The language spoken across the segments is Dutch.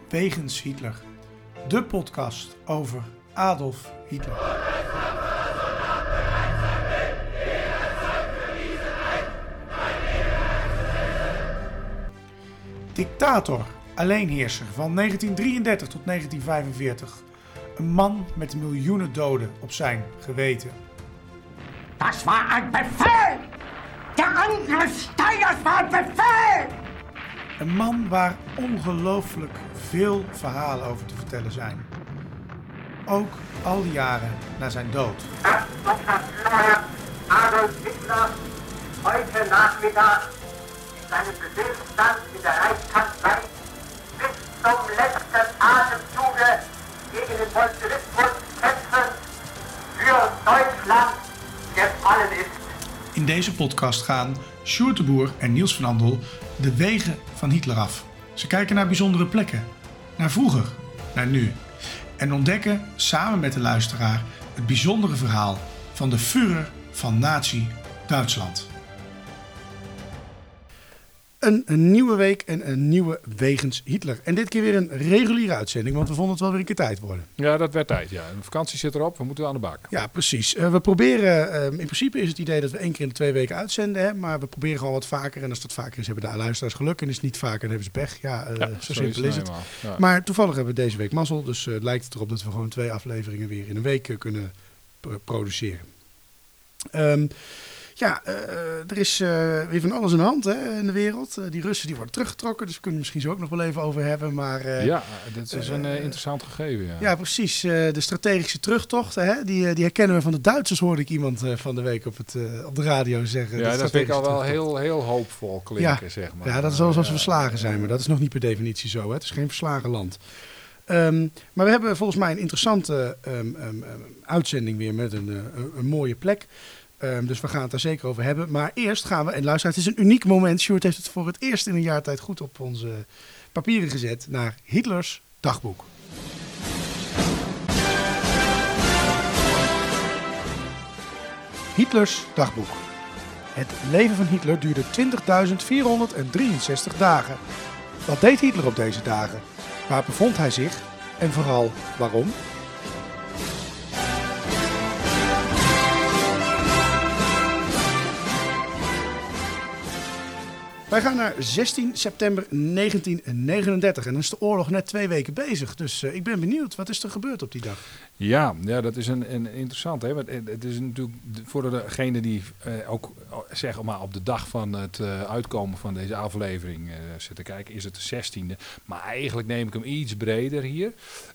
Wegens Hitler. De podcast over Adolf Hitler. Dictator, alleenheerser van 1933 tot 1945. Een man met miljoenen doden op zijn geweten. Das war ein Befehl! Der Angriff Steiners war ein Befehl! Een man waar ongelooflijk veel verhalen over te vertellen zijn. Ook al die jaren na zijn dood. Adolf Hitler heute Nachmittag in seinem Befehlsstand in der Reichskanzlei bis zum letzten Atemzuge gegen den Bolschewismus kämpfen für Deutschland gefallen ist. In deze podcast gaan Sjoerd de Boer en Niels van Andel de wegen van Hitler af. Ze kijken naar bijzondere plekken, naar vroeger, naar nu. En ontdekken samen met de luisteraar het bijzondere verhaal van de Führer van Nazi-Duitsland. Een nieuwe week en een nieuwe Wegens Hitler. En dit keer weer een reguliere uitzending, want we vonden het wel weer een keer tijd worden. Ja, dat werd tijd. Ja. De vakantie zit erop, we moeten aan de bak. Ja, precies. We proberen, in principe is het idee dat we 1 keer in de 2 weken uitzenden. Hè, maar we proberen gewoon wat vaker. En als dat vaker is, hebben de luisteraars geluk. En is het niet vaker, dan hebben ze pech. Zo simpel is het. Ja. Maar toevallig hebben we deze week mazzel. Dus lijkt het erop dat we gewoon 2 afleveringen weer in een week kunnen produceren. Er is weer van alles aan de hand in de wereld. Die Russen die worden teruggetrokken, dus we kunnen het misschien zo ook nog wel even over hebben. Maar, dit is een interessant gegeven. Ja, precies. De strategische terugtocht, die herkennen we van de Duitsers, hoorde ik iemand van de week op de radio zeggen. Ja, dat vind ik al wel heel hoopvol klinken, zeg maar. Ja, dat is alsof we verslagen zijn, maar dat is nog niet per definitie zo. Hè. Het is geen verslagen land. Maar we hebben volgens mij een interessante uitzending weer met een mooie plek. Dus we gaan het daar zeker over hebben. Maar eerst gaan we, en luister, het is een uniek moment. Sjoerd heeft het voor het eerst in een jaar tijd goed op onze papieren gezet. Naar Hitlers dagboek. Hitlers dagboek. Het leven van Hitler duurde 20.463 dagen. Wat deed Hitler op deze dagen? Waar bevond hij zich? En vooral waarom? Wij gaan naar 16 september 1939 en dan is de oorlog net 2 weken bezig. Dus ik ben benieuwd, wat is er gebeurd op die dag? Ja, dat is een interessant. Hè? Want het is natuurlijk voor degene die ook zeg maar op de dag van het uitkomen van deze aflevering zitten kijken, is het de 16e. Maar eigenlijk neem ik hem iets breder hier.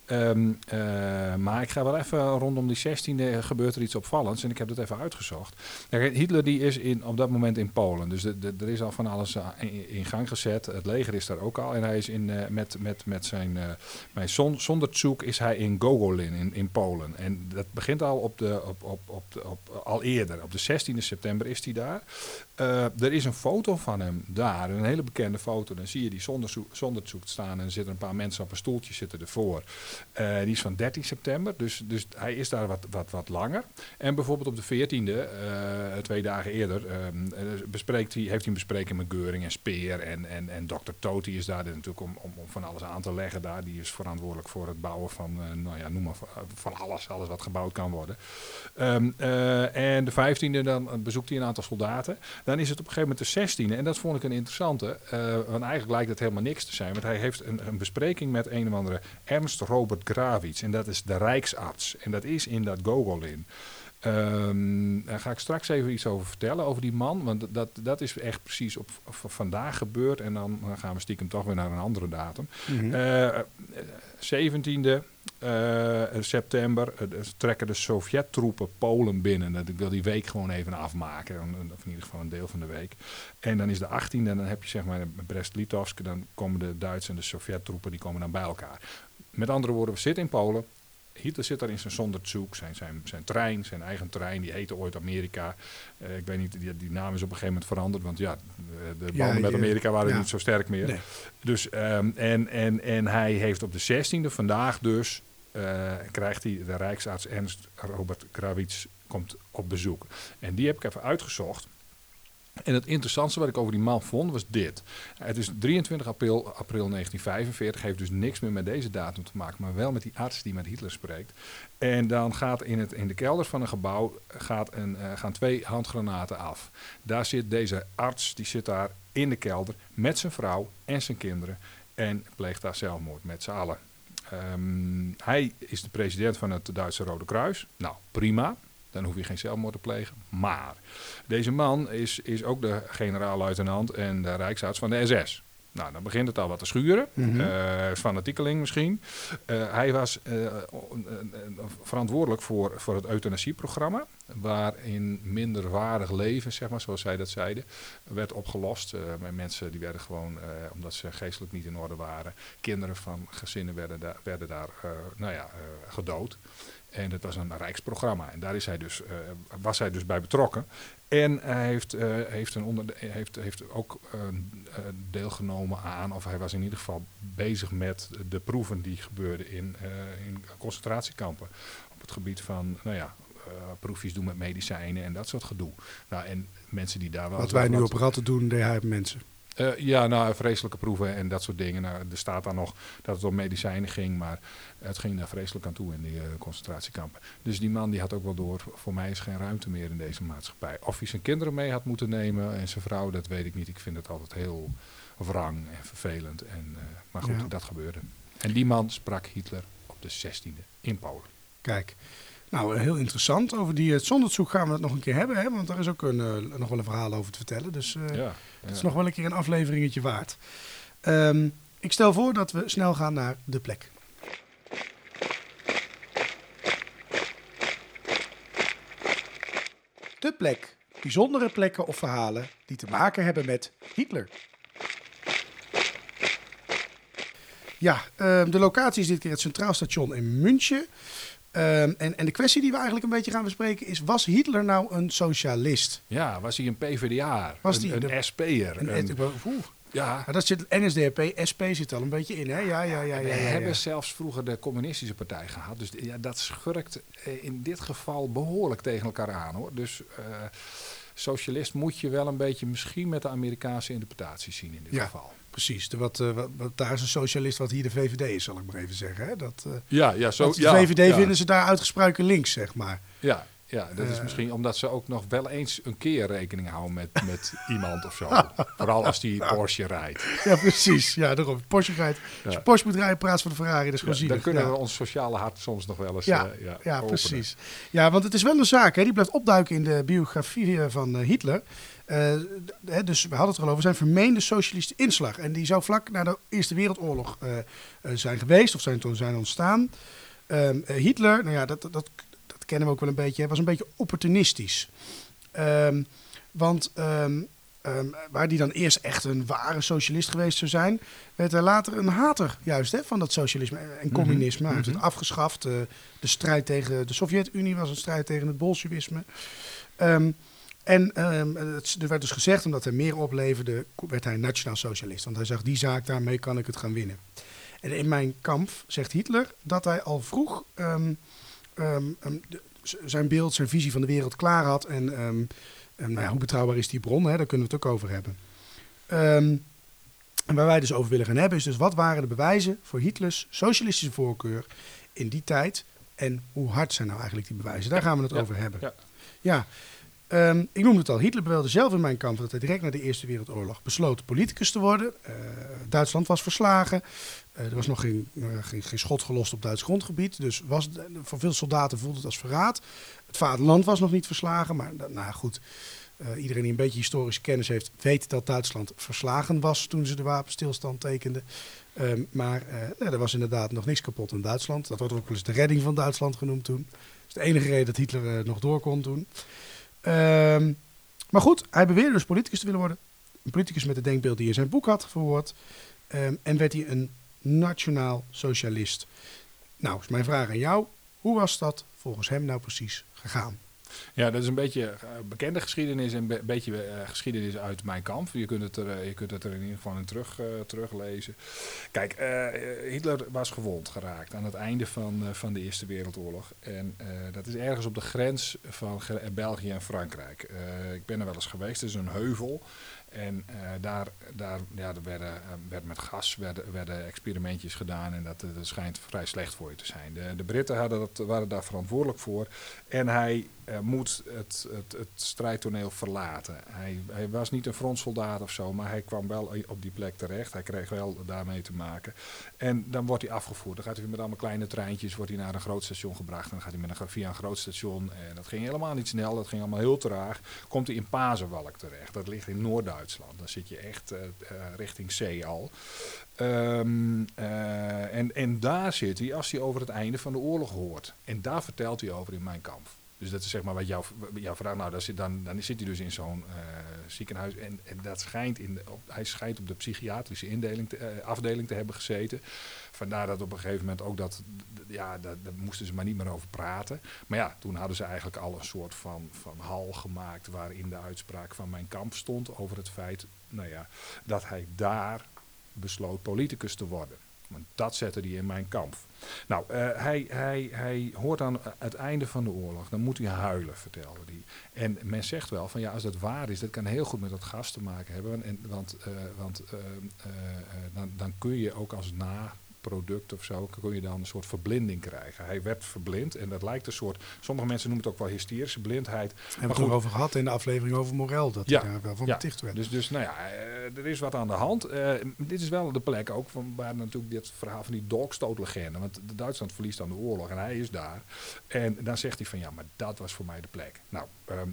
Maar ik ga wel even rondom die 16e gebeurt er iets opvallends en ik heb dat even uitgezocht. Hitler die is op dat moment in Polen, dus er is al van alles in gang gezet. Het leger is daar ook al en hij is met zijn Sonderzug is hij in Gogolin in Polen. En dat begint al al eerder. Op de 16e september is hij daar. Er is een foto van hem daar, een hele bekende foto. Dan zie je die Sonderzug staan en er zitten een paar mensen op een stoeltje zitten ervoor. Die is van 13 september, dus hij is daar wat langer. En bijvoorbeeld op de 14e, 2 dagen eerder, heeft hij een bespreking met Göring en Speer. En Dr. Toti is daar natuurlijk om van alles aan te leggen daar. Die is verantwoordelijk voor het bouwen van, noem maar, van alles wat gebouwd kan worden. En de 15e, dan bezoekt hij een aantal soldaten. Dan is het op een gegeven moment de 16e. En dat vond ik een interessante. Want eigenlijk lijkt het helemaal niks te zijn. Want hij heeft een bespreking met een of andere Ernst Robert Grawitz. En dat is de Rijksarts. En dat is in dat Gogolin. Daar ga ik straks even iets over vertellen, over die man. Want dat is echt precies op vandaag gebeurd. En dan gaan we stiekem toch weer naar een andere datum. Mm-hmm. 17e september trekken de Sovjet-troepen Polen binnen. Ik wil die week gewoon even afmaken. Of in ieder geval een deel van de week. En dan is de 18e en dan heb je zeg maar Brest-Litovsk. Dan komen de Duitse en de Sovjet-troepen die komen dan bij elkaar. Met andere woorden, we zitten in Polen. Hitler zit daar in zijn Sonderzug, zijn trein, zijn eigen trein. Die heette ooit Amerika. Ik weet niet, die naam is op een gegeven moment veranderd. Want ja, de banden met Amerika waren niet zo sterk meer. Nee. Dus, en hij heeft op de 16e, vandaag dus, krijgt hij de Rijksarts Ernst Robert Grawitz komt op bezoek. En die heb ik even uitgezocht. En het interessantste wat ik over die man vond was dit. Het is 23 april 1945, heeft dus niks meer met deze datum te maken, maar wel met die arts die met Hitler spreekt. En dan gaat in de kelder van een gebouw gaan 2 handgranaten af. Daar zit deze arts, die zit daar in de kelder met zijn vrouw en zijn kinderen en pleegt daar zelfmoord met z'n allen. Hij is de president van het Duitse Rode Kruis. Nou, prima. Dan hoef je geen zelfmoord te plegen. Maar deze man is ook de generaal-luitenant en de rijksarts van de SS. Nou, dan begint het al wat te schuren. Fanatiekeling misschien. Hij was verantwoordelijk voor het euthanasieprogramma. Waarin minderwaardig leven, zeg maar, zoals zij dat zeiden, werd opgelost. Met mensen die werden gewoon, omdat ze geestelijk niet in orde waren. Kinderen van gezinnen werden daar gedood. En het was een rijksprogramma. En daar was hij dus bij betrokken. En hij heeft ook deelgenomen aan, of hij was in ieder geval bezig met de proeven die gebeurden in concentratiekampen. Op het gebied van, proefjes doen met medicijnen en dat soort gedoe. Nou, en mensen die daar wel... Wat wij nu op ratten doen, deed hij op mensen. Vreselijke proeven en dat soort dingen. Nou, er staat dan nog dat het om medicijnen ging, maar het ging daar vreselijk aan toe in die concentratiekampen. Dus die man die had ook wel door, voor mij is geen ruimte meer in deze maatschappij. Of hij zijn kinderen mee had moeten nemen en zijn vrouw, dat weet ik niet. Ik vind het altijd heel wrang en vervelend. Maar goed, dat gebeurde. En die man sprak Hitler op de 16e in Polen. Kijk. Nou, heel interessant. Over die zonderzoek gaan we het nog een keer hebben, hè? Want daar is ook nog wel een verhaal over te vertellen. Dus het is nog wel een keer een afleveringetje waard. Ik stel voor dat we snel gaan naar de plek. De plek. Bijzondere plekken of verhalen die te maken hebben met Hitler. Ja, de locatie is dit keer het Centraal Station in München. En de kwestie die we eigenlijk een beetje gaan bespreken is, was Hitler nou een socialist? Ja, was hij een PvdA? Een SP'er? Ja. Dat zit NSDAP, SP zit al een beetje in, hè? Ja. We hebben zelfs vroeger de communistische partij gehad. Dus dat schurkt in dit geval behoorlijk tegen elkaar aan, hoor. Dus socialist moet je wel een beetje misschien met de Amerikaanse interpretatie zien in dit geval. Precies, wat daar is een socialist wat hier de VVD is, zal ik maar even zeggen. Hè? De VVD vinden ze daar uitgesproken links, zeg maar. Ja, dat is misschien omdat ze ook nog wel eens een keer rekening houden met iemand of zo. Vooral als die Porsche rijdt. Ja, precies. Ja, daarom. Porsche rijdt. Als je Porsche moet rijden, praat van de Ferrari. Dat is gewoon zielig. Dan kunnen we ons sociale hart soms nog wel eens openen. Precies. Ja, want het is wel een zaak. Hè? Die blijft opduiken in de biografie van Hitler. Dus we hadden het er al over zijn vermeende socialistische inslag. En die zou vlak na de Eerste Wereldoorlog zijn geweest. Of zijn ontstaan. Hitler, nou ja, dat kennen we ook wel een beetje, was een beetje opportunistisch. Want waar die dan eerst echt een ware socialist geweest zou zijn, werd hij later een hater juist van dat socialisme en communisme. Hij heeft het afgeschaft. De strijd tegen de Sovjet-Unie was een strijd tegen het bolsjewisme. Er werd dus gezegd, omdat hij meer opleverde, werd hij nationaal socialist. Want hij zag die zaak, daarmee kan ik het gaan winnen. En in Mein Kampf zegt Hitler dat hij al vroeg zijn beeld, zijn visie van de wereld klaar had. En hoe betrouwbaar is die bron? Hè? Daar kunnen we het ook over hebben. En waar wij dus over willen gaan hebben is dus, wat waren de bewijzen voor Hitlers socialistische voorkeur in die tijd? En hoe hard zijn nou eigenlijk die bewijzen? Daar gaan we het over hebben. Ik noemde het al. Hitler beweerde zelf in Mein Kampf dat hij direct na de Eerste Wereldoorlog besloot politicus te worden. Duitsland was verslagen. Er was nog geen schot gelost op Duits grondgebied. Dus voor veel soldaten voelde het als verraad. Het vaderland was nog niet verslagen. Maar goed, iedereen die een beetje historische kennis heeft, weet dat Duitsland verslagen was toen ze de wapenstilstand tekenden. Er was inderdaad nog niks kapot in Duitsland. Dat wordt ook wel eens de redding van Duitsland genoemd toen. Dat is de enige reden dat Hitler nog door kon toen. Maar goed, hij beweerde dus politicus te willen worden. Een politicus met het denkbeeld die in zijn boek had verwoord. En werd hij een nationaal socialist. Nou, is mijn vraag aan jou. Hoe was dat volgens hem nou precies gegaan? Ja, dat is een beetje bekende geschiedenis en een beetje geschiedenis uit Mein Kampf. Je kunt het er in ieder geval in teruglezen. Kijk, Hitler was gewond geraakt aan het einde van de Eerste Wereldoorlog. En dat is ergens op de grens van België en Frankrijk. Ik ben er wel eens geweest, het is een heuvel. En daar werd met gas werden experimentjes gedaan en dat schijnt vrij slecht voor je te zijn. De Britten waren daar verantwoordelijk voor en hij moet het strijdtoneel verlaten. Hij was niet een frontsoldaat of zo, maar hij kwam wel op die plek terecht. Hij kreeg wel daarmee te maken. En dan wordt hij afgevoerd. Dan gaat hij weer met allemaal kleine treintjes wordt hij naar een groot station gebracht. En dan gaat hij via een groot station. En dat ging helemaal niet snel, dat ging allemaal heel traag. Komt hij in Pasewalk terecht. Dat ligt in Noord-Duitsland. Dan zit je echt richting zee al. En daar zit hij als hij over het einde van de oorlog hoort. En daar vertelt hij over in Mein Kampf. Dus dat is zeg maar wat jouw vraag. Nou, dan zit hij dus in zo'n ziekenhuis. En dat schijnt hij schijnt op de psychiatrische afdeling te hebben gezeten. Vandaar dat op een gegeven moment ook daar moesten ze maar niet meer over praten. Maar ja, toen hadden ze eigenlijk al een soort van hal gemaakt waarin de uitspraak van Mein Kampf stond over het feit, dat hij daar besloot politicus te worden. Want dat zette hij in Mein Kampf. Nou, hij hoort aan het einde van de oorlog, dan moet hij huilen, vertelde hij. En men zegt wel van als dat waar is, dat kan heel goed met dat gas te maken hebben. Want dan kun je ook als naproduct of zo, kun je dan een soort verblinding krijgen. Hij werd verblind en dat lijkt een soort, sommige mensen noemen het ook wel hysterische blindheid. Hebben we het nog over gehad in de aflevering over Morel, dat hij daar wel van beticht werd. Dus er is wat aan de hand. Dit is wel de plek ook waar natuurlijk dit verhaal van die dolkstootlegende, want Duitsland verliest aan de oorlog en hij is daar. En dan zegt hij van maar dat was voor mij de plek. Nou,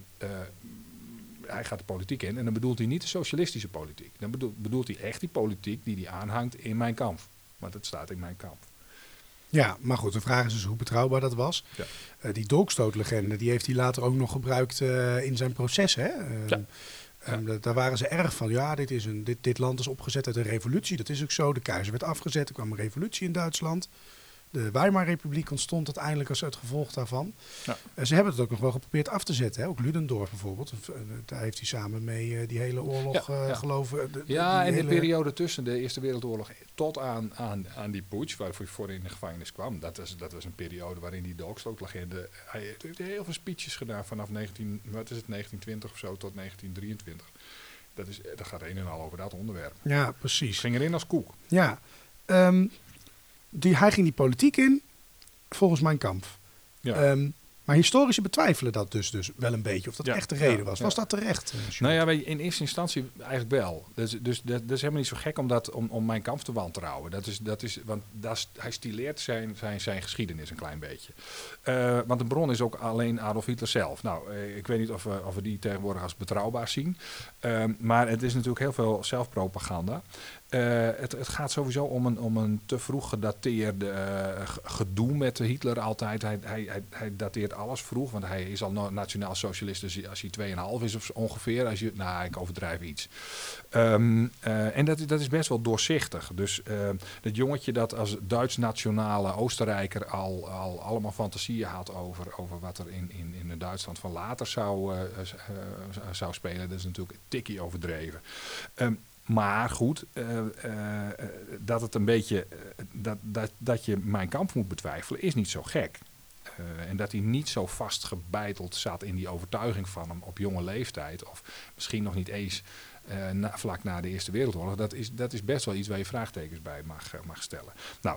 hij gaat de politiek in en dan bedoelt hij niet de socialistische politiek. Dan bedoelt hij echt die politiek die hij aanhangt in Mein Kampf. Want het staat in Mein Kampf. Ja, maar goed, de vraag is dus hoe betrouwbaar dat was. Ja. Die dolkstootlegende, die heeft hij later ook nog gebruikt in zijn proces. Hè? Daar waren ze erg van. Dit land is opgezet uit een revolutie. Dat is ook zo. De keizer werd afgezet. Er kwam een revolutie in Duitsland. De Weimarrepubliek ontstond uiteindelijk als het gevolg daarvan. Ja. Ze hebben het ook nog wel geprobeerd af te zetten. Hè? Ook Ludendorff bijvoorbeeld. Daar heeft hij samen mee die hele oorlog geloven. De periode tussen de Eerste Wereldoorlog tot aan die putsch, waarvoor hij in de gevangenis kwam. Dat was een periode waarin die dolkstootlegende. Hij heeft heel veel speeches gedaan vanaf 1920 of zo tot 1923. Dat gaat een en al over dat onderwerp. Ja, precies. Ging erin als koek. Ja, hij ging die politiek in, volgens Mein Kampf. Ja. Maar historici betwijfelen dat dus wel een beetje, of dat echt de reden was. Was dat terecht? In eerste instantie eigenlijk wel. Dus dat is helemaal niet zo gek om Mein Kampf te wantrouwen. Want hij stileert zijn geschiedenis een klein beetje. Want de bron is ook alleen Adolf Hitler zelf. Nou, ik weet niet of we die tegenwoordig als betrouwbaar zien. Maar het is natuurlijk heel veel zelfpropaganda. Het gaat sowieso om een te vroeg gedateerde gedoe met Hitler altijd. Hij dateert alles vroeg, want hij is al nationaal socialist als hij 2,5 is of ongeveer. Ik overdrijf iets. En dat is best wel doorzichtig. Dus dat jongetje dat als Duits-nationale Oostenrijker al allemaal fantasieën had over wat er in Duitsland van later zou spelen, dat is natuurlijk een tikkie overdreven. Maar goed, dat het een beetje dat je Mein Kampf moet betwijfelen, is niet zo gek. En dat hij niet zo vastgebeiteld zat in die overtuiging van hem op jonge leeftijd, of misschien nog niet eens vlak na de Eerste Wereldoorlog, dat is best wel iets waar je vraagtekens bij mag stellen. Nou,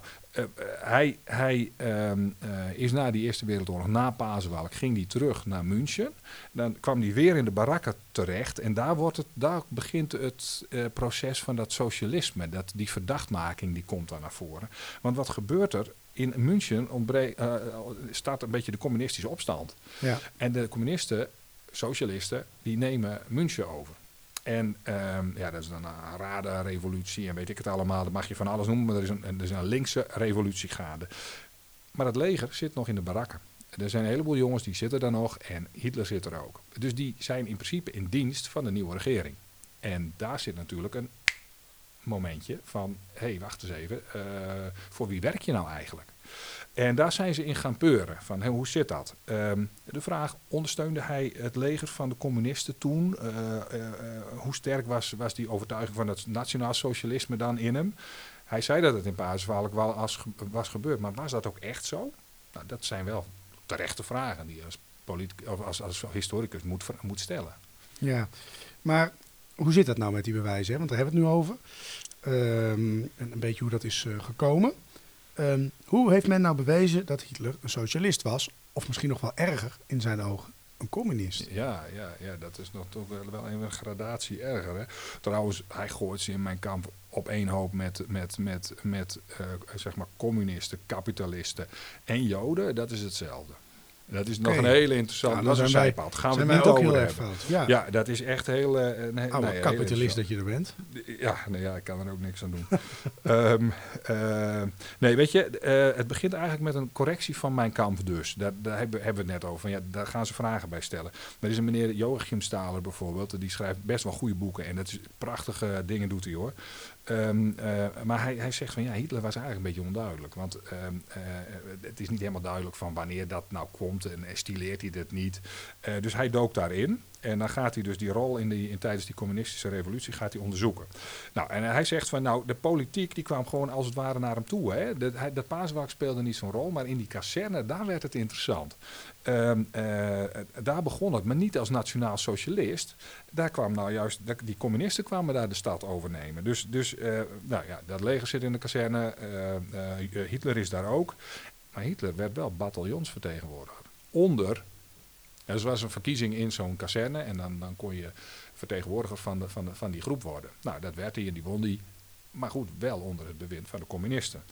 hij is na die Eerste Wereldoorlog, na Pasewalk, ging hij terug naar München. Dan kwam hij weer in de barakken terecht en daar begint het proces van dat socialisme, die verdachtmaking die komt dan naar voren. Want wat gebeurt er? In München staat een beetje de communistische opstand. Ja. En de communisten, socialisten, die nemen München over. En dat is dan een Radenrevolutie en weet ik het allemaal. Dat mag je van alles noemen, maar er is een linkse revolutie gaande. Maar het leger zit nog in de barakken. Er zijn een heleboel jongens die zitten daar nog en Hitler zit er ook. Dus die zijn in principe in dienst van de nieuwe regering. En daar zit natuurlijk een momentje van, wacht eens even, voor wie werk je nou eigenlijk? En daar zijn ze in gaan peuren. Van, hoe zit dat? De vraag, ondersteunde hij het leger van de communisten toen? Hoe sterk was die overtuiging van het nationaal socialisme dan in hem? Hij zei dat het in Paardenvalk wel was gebeurd. Maar was dat ook echt zo? Nou, dat zijn wel terechte vragen die je als historicus moet stellen. Ja, maar hoe zit dat nou met die bewijzen? Hè? Want daar hebben we het nu over. En een beetje hoe dat is gekomen. Hoe heeft men nou bewezen dat Hitler een socialist was? Of misschien nog wel erger, in zijn ogen, een communist? Ja, dat is nog toch wel een gradatie erger. Hè? Trouwens, hij gooit ze in mijn kamp op één hoop met zeg maar communisten, kapitalisten en Joden. Dat is hetzelfde. Dat is nog een hele interessante. Ja, dat is een zijpad. Gaan we het niet over hebben. Ja, dat is echt heel. Kapitalist dat je er bent. Ja, ik kan er ook niks aan doen. Nee, weet je, het begint eigenlijk met een correctie van mijn kamp dus. Daar hebben we het net over. Ja, daar gaan ze vragen bij stellen. Er is een meneer Joachim Staler bijvoorbeeld. Die schrijft best wel goede boeken. En dat is prachtige dingen doet hij hoor. Maar hij zegt van ja, Hitler was eigenlijk een beetje onduidelijk. Want het is niet helemaal duidelijk van wanneer dat nou komt en stileert hij dat niet. Dus hij dook daarin. En dan gaat hij dus die rol tijdens die communistische revolutie gaat hij onderzoeken. Nou, en hij zegt van nou, de politiek die kwam gewoon als het ware naar hem toe. Hè. Dat Paaswalk speelde niet zo'n rol, maar in die kazerne, daar werd het interessant. Daar begon het, maar niet als nationaal socialist. Daar kwam nou juist, die communisten kwamen daar de stad overnemen. Dus nou ja, dat leger zit in de kazerne, Hitler is daar ook. Maar Hitler werd wel bataljonsvertegenwoordiger. Er was een verkiezing in zo'n kazerne en dan kon je vertegenwoordiger van die groep worden. Nou, dat werd hij en die won die. Maar goed, wel onder het bewind van de communisten.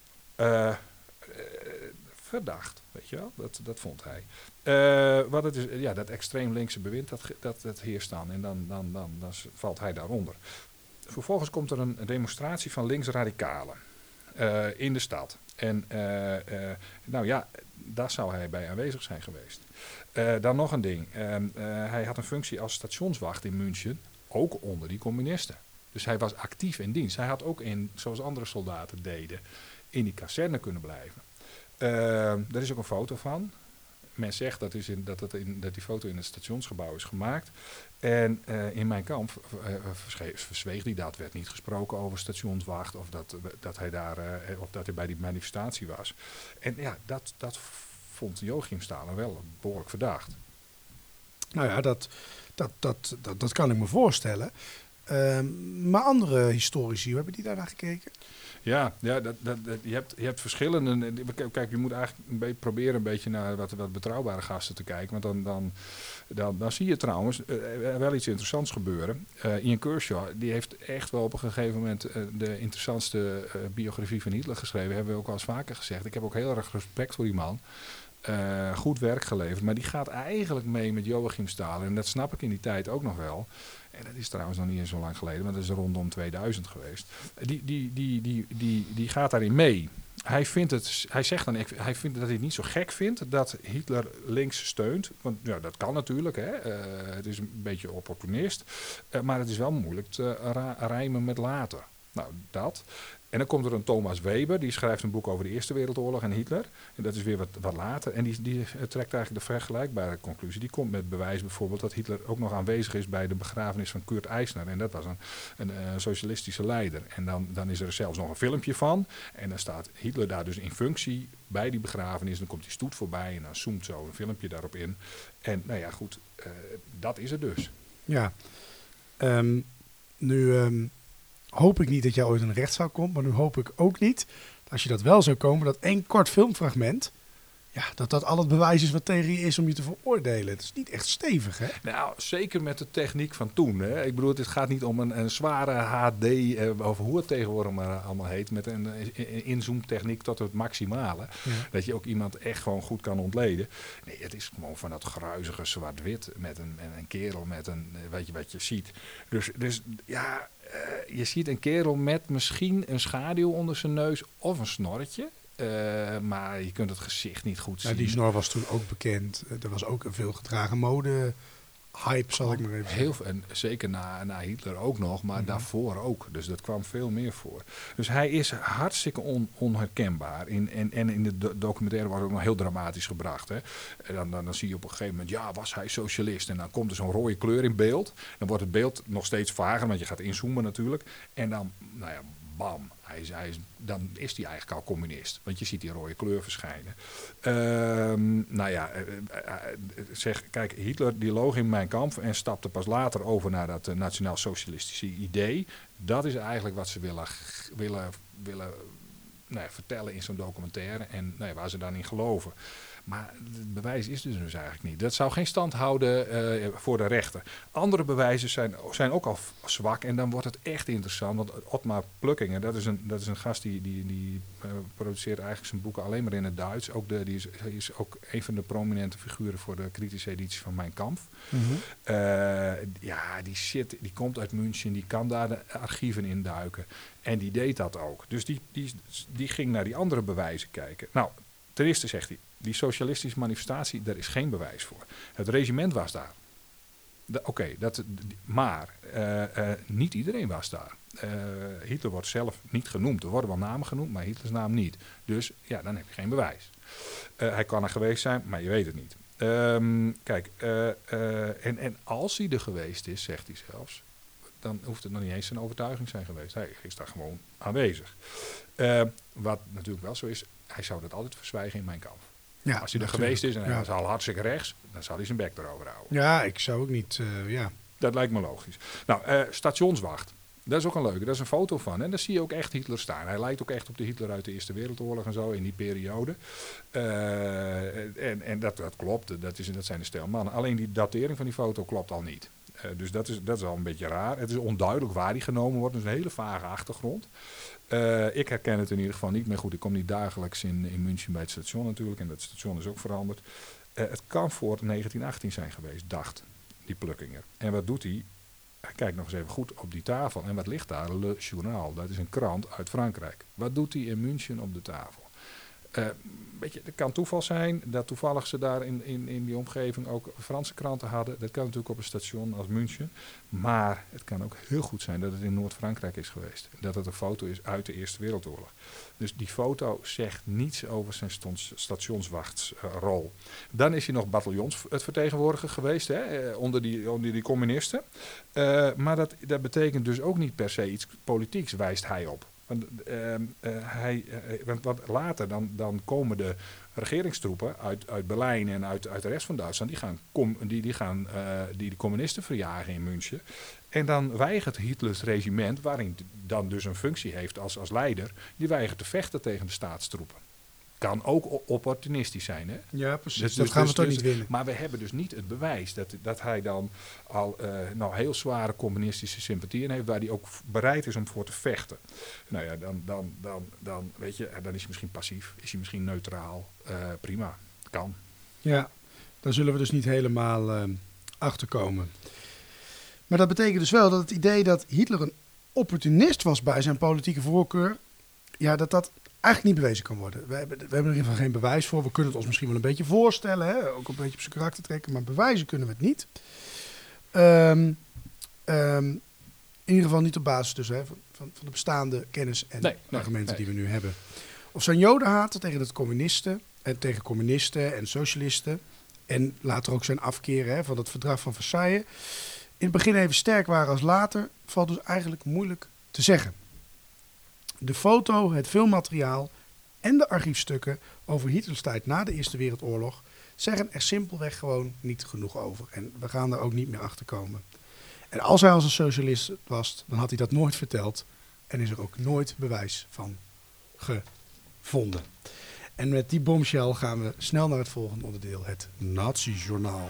Verdacht, weet je wel, dat vond hij. Wat het is, ja, dat extreem linkse bewind, dat heerst dan. En dan valt hij daaronder. Vervolgens komt er een demonstratie van linksradicalen in de stad. En nou ja, daar zou hij bij aanwezig zijn geweest. Dan nog een ding. Hij had een functie als stationswacht in München, ook onder die communisten. Dus hij was actief in dienst. Hij had ook zoals andere soldaten deden, in die kazerne kunnen blijven. Daar is ook een foto van. Men zegt dat die foto in het stationsgebouw is gemaakt. En in mijn kamp verzweeg hij dat. Werd niet gesproken over stationswacht of dat hij bij die manifestatie was. En ja, dat vond Joachim Staler wel behoorlijk verdacht. Nou ja, dat kan ik me voorstellen. Maar andere historici, hoe hebben die daarnaar gekeken? Ja, je hebt verschillende. Kijk, je moet eigenlijk proberen een beetje naar wat betrouwbare gasten te kijken. Want dan zie je trouwens wel iets interessants gebeuren. Ian Kershaw, die heeft echt wel op een gegeven moment de interessantste biografie van Hitler geschreven. Hebben we ook al eens vaker gezegd. Ik heb ook heel erg respect voor die man. Goed werk geleverd. Maar die gaat eigenlijk mee met Joachim Staler. En dat snap ik in die tijd ook nog wel. En dat is trouwens nog niet eens zo lang geleden, maar dat is rondom 2000 geweest. Die gaat daarin mee. Hij zegt dat hij het niet zo gek vindt dat Hitler links steunt. Want ja, dat kan natuurlijk. Hè. Het is een beetje opportunist. Maar het is wel moeilijk te rijmen met later. Nou, dat. En dan komt er een Thomas Weber, die schrijft een boek over de Eerste Wereldoorlog en Hitler. En dat is weer wat later. En die trekt eigenlijk de vergelijkbare conclusie. Die komt met bewijs bijvoorbeeld dat Hitler ook nog aanwezig is bij de begrafenis van Kurt Eisner. En dat was een socialistische leider. En dan is er zelfs nog een filmpje van. En dan staat Hitler daar dus in functie bij die begrafenis. Dan komt die stoet voorbij en dan zoomt zo een filmpje daarop in. En nou ja, goed, dat is het dus. Ja, nu hoop ik niet dat jij ooit in een rechtszaal komt, maar nu hoop ik ook niet, als je dat wel zou komen, dat één kort filmfragment, ja, dat al het bewijs is wat tegen je is om je te veroordelen. Het is niet echt stevig, hè? Nou, zeker met de techniek van toen. Hè. Ik bedoel, het gaat niet om een zware HD, over hoe het tegenwoordig maar allemaal heet, met een inzoomtechniek tot het maximale. Ja. Dat je ook iemand echt gewoon goed kan ontleden. Nee, het is gewoon van dat gruizige zwart-wit met een kerel met een, weet je wat je ziet. Dus ja, je ziet een kerel met misschien een schaduw onder zijn neus of een snorretje. Maar je kunt het gezicht niet goed zien. Die snor was toen ook bekend. Er was ook een veel gedragen mode hype, zal ik maar even zeggen. Heel veel, en zeker na Hitler ook nog, maar daarvoor ook. Dus dat kwam veel meer voor. Dus hij is hartstikke onherkenbaar. En in de documentaire was ook nog heel dramatisch gebracht. Hè. En dan zie je op een gegeven moment, ja, was hij socialist? En dan komt er zo'n rode kleur in beeld. Dan wordt het beeld nog steeds vager, want je gaat inzoomen natuurlijk. En dan, nou ja, bam. Dan is hij eigenlijk al communist. Want je ziet die rode kleur verschijnen. Kijk, Hitler die loog in Mein Kampf en stapte pas later over naar dat nationaal-socialistische idee. Dat is eigenlijk wat ze willen vertellen in zo'n documentaire en waar ze dan in geloven. Maar het bewijs is dus eigenlijk niet. Dat zou geen stand houden voor de rechter. Andere bewijzen zijn ook al zwak en dan wordt het echt interessant. Want Otmar Plukkinger, dat is een gast die produceert eigenlijk zijn boeken alleen maar in het Duits. Die is ook een van de prominente figuren voor de kritische editie van Mein Kampf. Mm-hmm. Die komt uit München, die kan daar de archieven induiken. En die deed dat ook. Dus die ging naar die andere bewijzen kijken. Nou, ten eerste zegt hij, die socialistische manifestatie, daar is geen bewijs voor. Het regiment was daar. Maar niet iedereen was daar. Hitler wordt zelf niet genoemd. Er worden wel namen genoemd, maar Hitlers naam niet. Dus ja, dan heb je geen bewijs. Hij kan er geweest zijn, maar je weet het niet. En als hij er geweest is, zegt hij zelfs, dan hoeft het nog niet eens zijn overtuiging zijn geweest. Hij is daar gewoon aanwezig. Wat natuurlijk wel zo is, hij zou dat altijd verzwijgen in Mein Kampf. Ja, als hij er geweest is en hij was al hartstikke rechts, dan zal hij zijn bek erover houden. Ja, ik zou ook niet, Dat lijkt me logisch. Nou, stationswacht. Dat is ook een leuke. Dat is een foto van. En daar zie je ook echt Hitler staan. Hij lijkt ook echt op de Hitler uit de Eerste Wereldoorlog en zo, in die periode. En dat klopt. Dat zijn de stel mannen. Alleen die datering van die foto klopt al niet. Dus dat is al een beetje raar. Het is onduidelijk waar die genomen wordt. Dus een hele vage achtergrond. Ik herken het in ieder geval niet. Maar goed, ik kom niet dagelijks in München bij het station natuurlijk. En dat station is ook veranderd. Het kan voor 1918 zijn geweest, dacht die Plukkinger. En wat doet hij? Hij kijkt nog eens even goed op die tafel. En wat ligt daar? Le Journal. Dat is een krant uit Frankrijk. Wat doet hij in München op de tafel? Het kan toeval zijn dat toevallig ze daar in die omgeving ook Franse kranten hadden. Dat kan natuurlijk op een station als München. Maar het kan ook heel goed zijn dat het in Noord-Frankrijk is geweest. Dat het een foto is uit de Eerste Wereldoorlog. Dus die foto zegt niets over zijn stationswachtsrol. Dan is hij nog bataljonsvertegenwoordiger geweest, onder die communisten. Maar dat betekent dus ook niet per se iets politieks, wijst hij op. Want later dan komen de regeringstroepen uit Berlijn en uit de rest van Duitsland, die gaan die communisten verjagen in München. En dan weigert Hitlers regiment, waarin dan dus een functie heeft als leider, die weigert te vechten tegen de staatstroepen. Kan ook opportunistisch zijn, hè? Ja, precies. Dat gaan we toch niet winnen. Maar we hebben dus niet het bewijs dat hij dan al heel zware communistische sympathieën heeft, waar hij ook bereid is om voor te vechten. Nou ja, dan weet je, dan is hij misschien passief, is hij misschien neutraal. Prima, kan. Ja, daar zullen we dus niet helemaal achter komen. Maar dat betekent dus wel dat het idee dat Hitler een opportunist was bij zijn politieke voorkeur, ja, dat eigenlijk niet bewezen kan worden. We hebben er in ieder geval geen bewijs voor. We kunnen het ons misschien wel een beetje voorstellen, hè? Ook een beetje op zijn karakter trekken, maar bewijzen kunnen we het niet. In ieder geval niet op basis dus, van de bestaande kennis en argumenten die we nu hebben. Of zijn jodenhaat tegen communisten en socialisten en later ook zijn afkeer van het verdrag van Versailles in het begin even sterk waren als later, valt dus eigenlijk moeilijk te zeggen. De foto, het filmmateriaal en de archiefstukken over Hitlers tijd na de Eerste Wereldoorlog zeggen er simpelweg gewoon niet genoeg over. En we gaan er ook niet meer achter komen. En als hij als een socialist was, dan had hij dat nooit verteld. En is er ook nooit bewijs van gevonden. En met die bombshell gaan we snel naar het volgende onderdeel, het Nazi-journaal.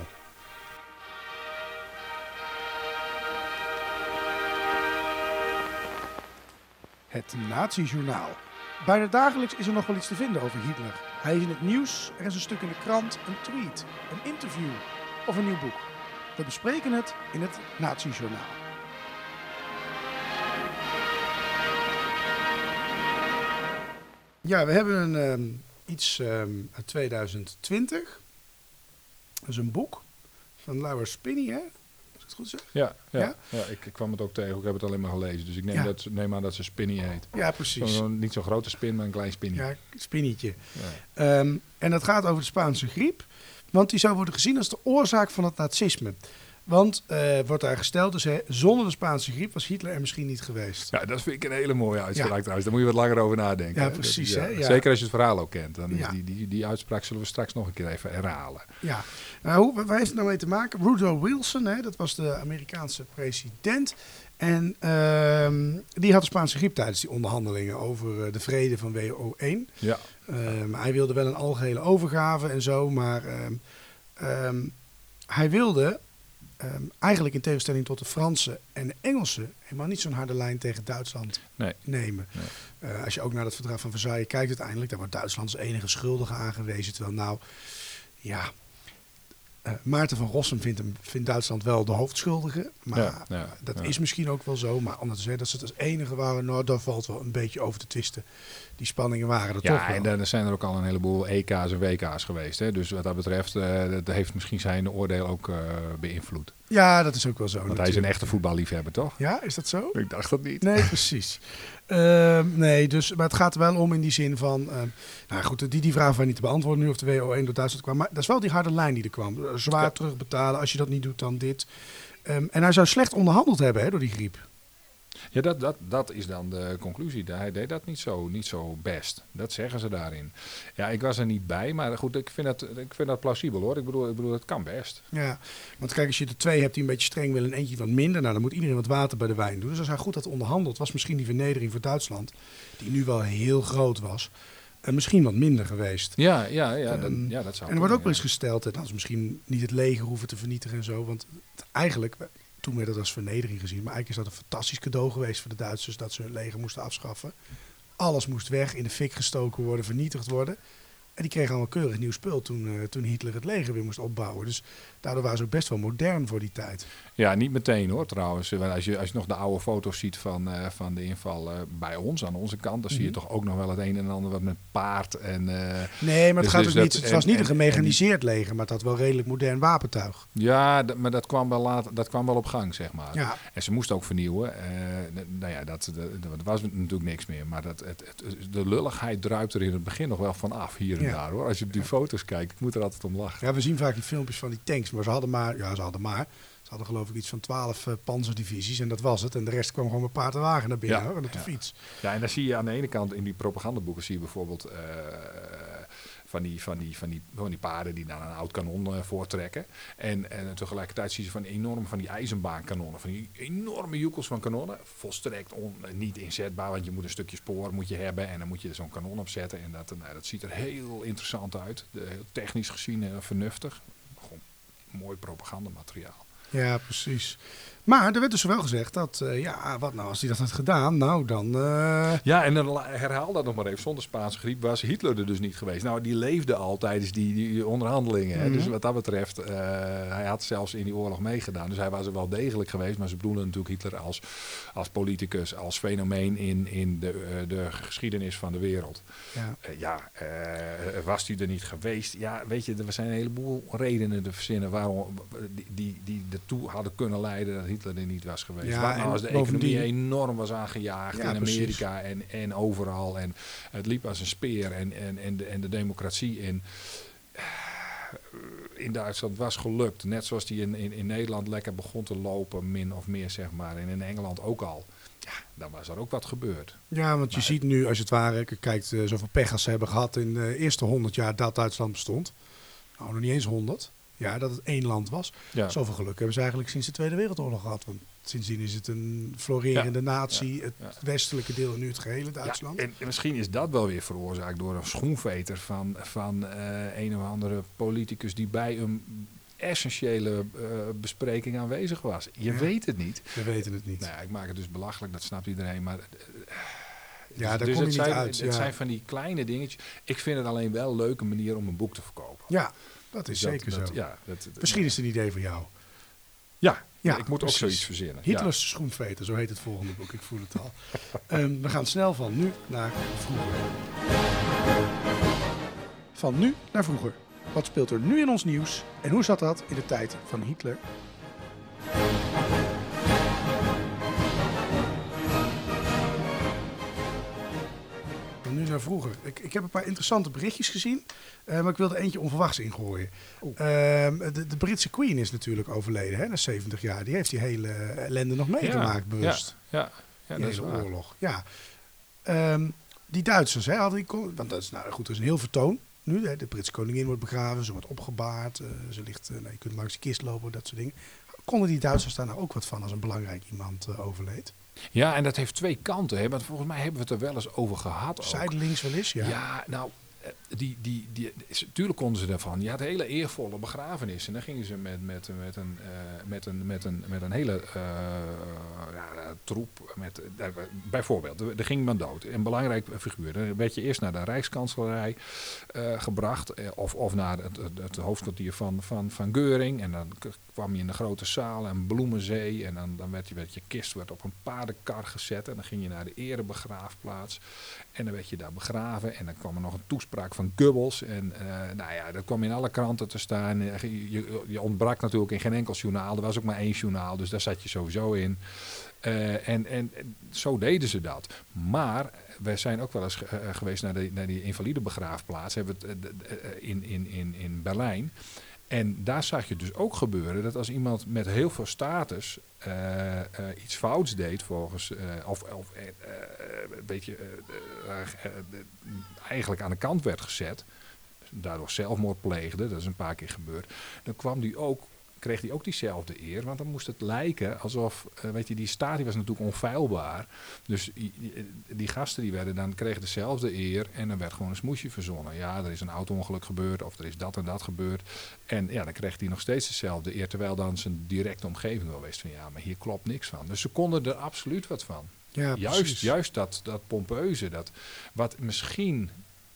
Het Nazi-journaal. Bijna dagelijks is er nog wel iets te vinden over Hitler. Hij is in het nieuws, er is een stuk in de krant, een tweet, een interview of een nieuw boek. We bespreken het in het Nazi-journaal. Ja, we hebben iets uit 2020. Dat is een boek Van Laura Spinney, hè? Als ik het goed zeg. Ja? Ja? Ik kwam het ook tegen. Ik heb het alleen maar gelezen. Dus ik neem aan dat ze Spinny heet. Ja, precies. Niet zo'n grote spin, maar een klein Spinny. Ja, spinnetje. Ja. En dat gaat over de Spaanse griep. Want die zou worden gezien als de oorzaak van het nazisme. Want, wordt daar gesteld, dus zonder de Spaanse griep was Hitler er misschien niet geweest. Ja, dat vind ik een hele mooie uitspraak trouwens. Daar moet je wat langer over nadenken. Ja, hè? precies. Dat, Hè? Ja. Zeker als je het verhaal ook kent. Dan is Ja. die uitspraak zullen we straks nog een keer even herhalen. Ja, nou, waar heeft het nou mee te maken? Woodrow Wilson, hè, dat was de Amerikaanse president. En die had de Spaanse griep tijdens die onderhandelingen over de vrede van WO1. Ja. Hij wilde wel een algehele overgave en zo, maar hij wilde eigenlijk in tegenstelling tot de Fransen en de Engelsen helemaal niet zo'n harde lijn tegen Duitsland nemen. Nee. Als je ook naar het verdrag van Versailles kijkt uiteindelijk, daar wordt Duitsland als enige schuldige aangewezen. Terwijl Maarten van Rossum vindt Duitsland wel de hoofdschuldige. Maar dat is misschien ook wel zo. Maar om te zeggen dat ze het als enige waren, daar valt wel een beetje over te twisten. Die spanningen waren er toch wel. Ja, en er zijn er ook al een heleboel EK's en WK's geweest. Hè? Dus wat dat betreft, dat heeft misschien zijn oordeel ook beïnvloed. Ja, dat is ook wel zo. Want hij is een echte voetballiefhebber, toch? Ja, is dat zo? Ik dacht dat niet. Nee, precies. Maar het gaat er wel om in die zin van... die vraag was niet te beantwoorden nu of de WO1 door Duitsland kwam. Maar dat is wel die harde lijn die er kwam. Zwaar terugbetalen, als je dat niet doet, dan dit. En hij zou slecht onderhandeld hebben door die griep. Ja, dat is dan de conclusie. Hij deed dat niet zo best. Dat zeggen ze daarin. Ja, ik was er niet bij, maar goed, ik vind dat plausibel hoor. Ik bedoel, het kan best. Ja, want kijk, als je er 2 hebt die een beetje streng willen en eentje wat minder, dan moet iedereen wat water bij de wijn doen. Dus als hij goed had onderhandeld, was misschien die vernedering voor Duitsland, die nu wel heel groot was, misschien wat minder geweest. Ja, dat zou. En er wordt ook wel eens gesteld dat ze misschien niet het leger hoeven te vernietigen en zo, want eigenlijk... Toen werd dat als vernedering gezien. Maar eigenlijk is dat een fantastisch cadeau geweest voor de Duitsers dat ze hun leger moesten afschaffen. Alles moest weg, in de fik gestoken worden, vernietigd worden. En die kregen allemaal keurig nieuw spul toen Hitler het leger weer moest opbouwen. Dus daardoor waren ze ook best wel modern voor die tijd. Ja, niet meteen hoor trouwens. Als je nog de oude foto's ziet van de inval bij ons, aan onze kant, dan zie je toch ook nog wel het een en ander wat met paard. Nee, maar het was niet een gemechaniseerd leger, maar het had wel redelijk modern wapentuig. Ja, maar dat kwam wel later, dat kwam wel op gang, zeg maar. Ja. En ze moesten ook vernieuwen. Dat was natuurlijk niks meer. Maar de lulligheid druipt er in het begin nog wel van af, hier en daar hoor. Als je op die foto's kijkt, ik moet er altijd om lachen. Ja, we zien vaak die filmpjes van die tanks, maar ze hadden geloof ik iets van 12 panzerdivisies en dat was het. En de rest kwam gewoon met paard en wagen naar binnen hoor, en op de fiets. Ja, en dan zie je aan de ene kant in die propagandaboeken zie je bijvoorbeeld van die paarden die naar een oud kanon voortrekken. En tegelijkertijd zie je van die ijzerbaankanonnen, van die enorme joekels van kanonnen. Volstrekt niet inzetbaar, want je moet een stukje spoor moet je hebben en dan moet je zo'n kanon opzetten. En dat ziet er heel interessant uit. Heel technisch gezien vernuftig. Gewoon mooi propagandamateriaal. Ja, precies. Maar er werd dus wel gezegd dat, wat nou als hij dat had gedaan, nou dan... Ja, en dan herhaal dat nog maar even. Zonder Spaanse griep was Hitler er dus niet geweest. Nou, die leefde al tijdens die onderhandelingen. Hè. Dus wat dat betreft, hij had zelfs in die oorlog meegedaan. Dus hij was er wel degelijk geweest. Maar ze bedoelen natuurlijk Hitler als politicus, als fenomeen in de geschiedenis van de wereld. Ja. Was hij er niet geweest? Ja, weet je, er zijn een heleboel redenen te verzinnen waarom die ertoe hadden kunnen leiden dat Hitler er niet was geweest. Ja, als de economie enorm was aangejaagd in Amerika en overal. En het liep als een speer en de democratie in Duitsland was gelukt. Net zoals die in Nederland lekker begon te lopen, min of meer zeg maar. En in Engeland ook al. Ja, dan was er ook wat gebeurd. Ja, want je ziet nu als het ware, kijkt zoveel pech als ze hebben gehad in de eerste 100 jaar dat Duitsland bestond. Nou, nog niet eens 100. Ja, dat het één land was. Ja. Zoveel geluk hebben ze eigenlijk sinds de Tweede Wereldoorlog gehad. Want sindsdien is het een florerende natie. Het westelijke deel en nu het gehele Duitsland. Ja, en misschien is dat wel weer veroorzaakt door een schoenveter van een of andere politicus die bij een essentiële bespreking aanwezig was. Je weet het niet. We weten het niet. Nou ja, ik maak het dus belachelijk, dat snapt iedereen. Maar daar kom je niet uit. Het zijn van die kleine dingetjes. Ik vind het alleen wel een leuke manier om een boek te verkopen. Ja, dat is zeker zo. Misschien is het een idee voor jou. Ja, ik moet ook zoiets verzinnen. Hitlers schoenveter, zo heet het volgende boek. Ik voel het al. We gaan snel van nu naar vroeger. Van nu naar vroeger. Wat speelt er nu in ons nieuws en hoe zat dat in de tijd van Hitler? Nu naar vroeger. Ik heb een paar interessante berichtjes gezien, maar ik wilde eentje onverwachts ingooien. De Britse Queen is natuurlijk overleden, hè, na 70 jaar. Die heeft die hele ellende nog meegemaakt, bewust. Ja, die dat is hele waar. oorlog. Ja. Die Duitsers, hè, hadden want dat is, nou goed, dat is een heel vertoon. Nu, hè, de Britse koningin wordt begraven, ze wordt opgebaard, ze ligt, je kunt langs de kist lopen, dat soort dingen. Konden die Duitsers daar nou ook wat van als een belangrijk iemand overleed? Ja, en dat heeft twee kanten. Hè? Want volgens mij hebben we het er wel eens over gehad. Ook. Zijdelings wel eens, ja. Ja, nou, natuurlijk konden ze daarvan. Je had een hele eervolle begrafenis. En dan gingen ze met een hele troep. Bijvoorbeeld, er ging iemand dood. Een belangrijk figuur. Dan werd je eerst naar de Rijkskanselarij gebracht. Of naar het hoofdkwartier van Göring. En dan kwam je in de grote zaal en bloemenzee. En dan werd je kist op een paardenkar gezet. En dan ging je naar de erebegraafplaats. En dan werd je daar begraven. En dan kwam er nog een toespraak van Goebbels. En dat kwam in alle kranten te staan. Je ontbrak natuurlijk in geen enkel journaal. Er was ook maar 1 journaal. Dus daar zat je sowieso in. En zo deden ze dat. Maar wij zijn ook wel eens geweest naar die invalide begraafplaats. Hebben we het in Berlijn. En daar zag je dus ook gebeuren dat als iemand met heel veel status iets fouts deed volgens een beetje eigenlijk aan de kant werd gezet, daardoor zelfmoord pleegde, dat is een paar keer gebeurd, dan kreeg hij ook diezelfde eer, want dan moest het lijken alsof, die staat die was natuurlijk onfeilbaar. Dus die gasten dan kregen dezelfde eer en dan werd gewoon een smoesje verzonnen. Ja, er is een auto-ongeluk gebeurd of er is dat en dat gebeurd. En ja, dan kreeg hij nog steeds dezelfde eer, terwijl dan zijn directe omgeving wel wist van ja, maar hier klopt niks van. Dus ze konden er absoluut wat van. Ja, juist dat pompeuze, dat wat misschien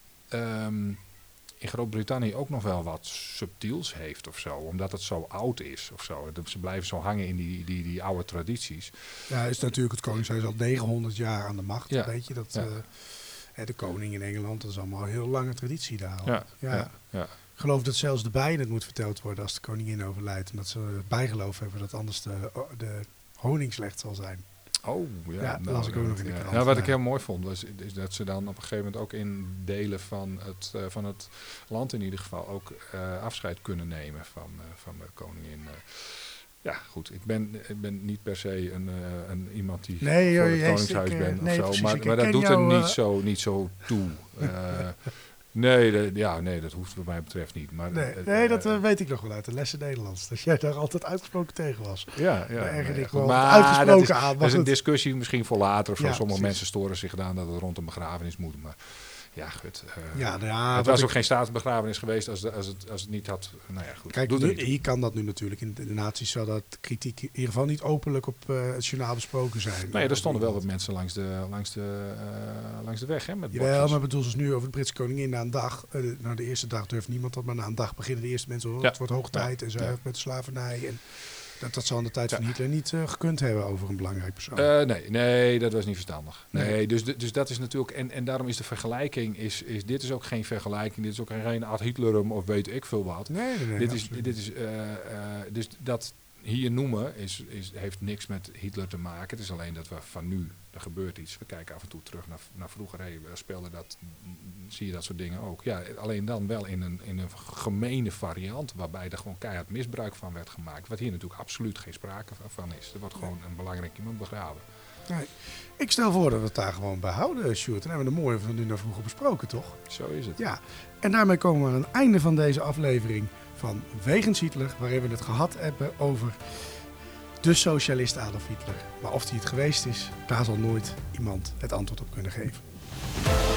in Groot-Brittannië ook nog wel wat subtiels heeft of zo. Omdat het zo oud is of zo. Ze blijven zo hangen in die oude tradities. Ja, is natuurlijk het koningshuis al 900 jaar aan de macht. Ja. Weet je, de koning in Engeland, dat is allemaal een heel lange traditie daar al. Ja. Ik geloof dat zelfs de bijen het moet verteld worden als de koningin overlijdt. Omdat ze bijgeloof hebben dat anders de honing slecht zal zijn. Oh, ja. Dat las ik ook nog in de krant. Ja, wat ik heel mooi vond, is dat ze dan op een gegeven moment ook in delen van het land in ieder geval ook afscheid kunnen nemen van de koningin. Ja, goed. Ik ben niet per se een iemand die voor het koningshuis bent of zo. Precies, maar dat doet er niet zo toe. Nee, dat hoeft wat mij betreft niet. Maar, dat weet ik nog wel uit de lessen Nederlands. Dat jij daar altijd uitgesproken tegen was. Ja. Maar uitgesproken aan. Dat is een discussie misschien voor later. Of zo. Sommige precies. mensen storen zich aan dat het rond een begrafenis moet. Maar ja, goed. Het was ook geen staatsbegrafenis geweest als het niet had. Nou ja, goed. Kijk, hier kan dat nu natuurlijk. In de naties zal dat kritiek in ieder geval niet openlijk op het journaal besproken zijn. Nee, er stonden wel wat mensen langs de weg. Hè, met ja, maar bedoel, zoals nu over de Britse koningin na een dag. Na de eerste dag durft niemand dat, maar na een dag beginnen de eerste mensen. Het wordt hoog tijd en zo met de slavernij. En dat zal in de tijd van Hitler niet gekund hebben over een belangrijk persoon. Nee, dat was niet verstandig. Nee, dus dat is natuurlijk... En daarom is de vergelijking... Dit is ook geen vergelijking. Dit is ook geen ad Hitlerum of weet ik veel wat. Nee, dus dat hier noemen heeft niks met Hitler te maken. Het is alleen dat we van nu... Er gebeurt iets. We kijken af en toe terug naar vroeger. Zie je dat soort dingen ook. Ja, alleen dan wel in een gemene variant. Waarbij er gewoon keihard misbruik van werd gemaakt. Wat hier natuurlijk absoluut geen sprake van is. Er wordt gewoon een belangrijk iemand begraven. Nee. Ik stel voor dat we het daar gewoon bij houden, Sjoerd. En hebben we de mooie van nu naar vroeger besproken, toch? Zo is het. Ja. En daarmee komen we aan het einde van deze aflevering van Wegens Hitler. Waarin we het gehad hebben over... de socialist Adolf Hitler. Maar of hij het geweest is, daar zal nooit iemand het antwoord op kunnen geven.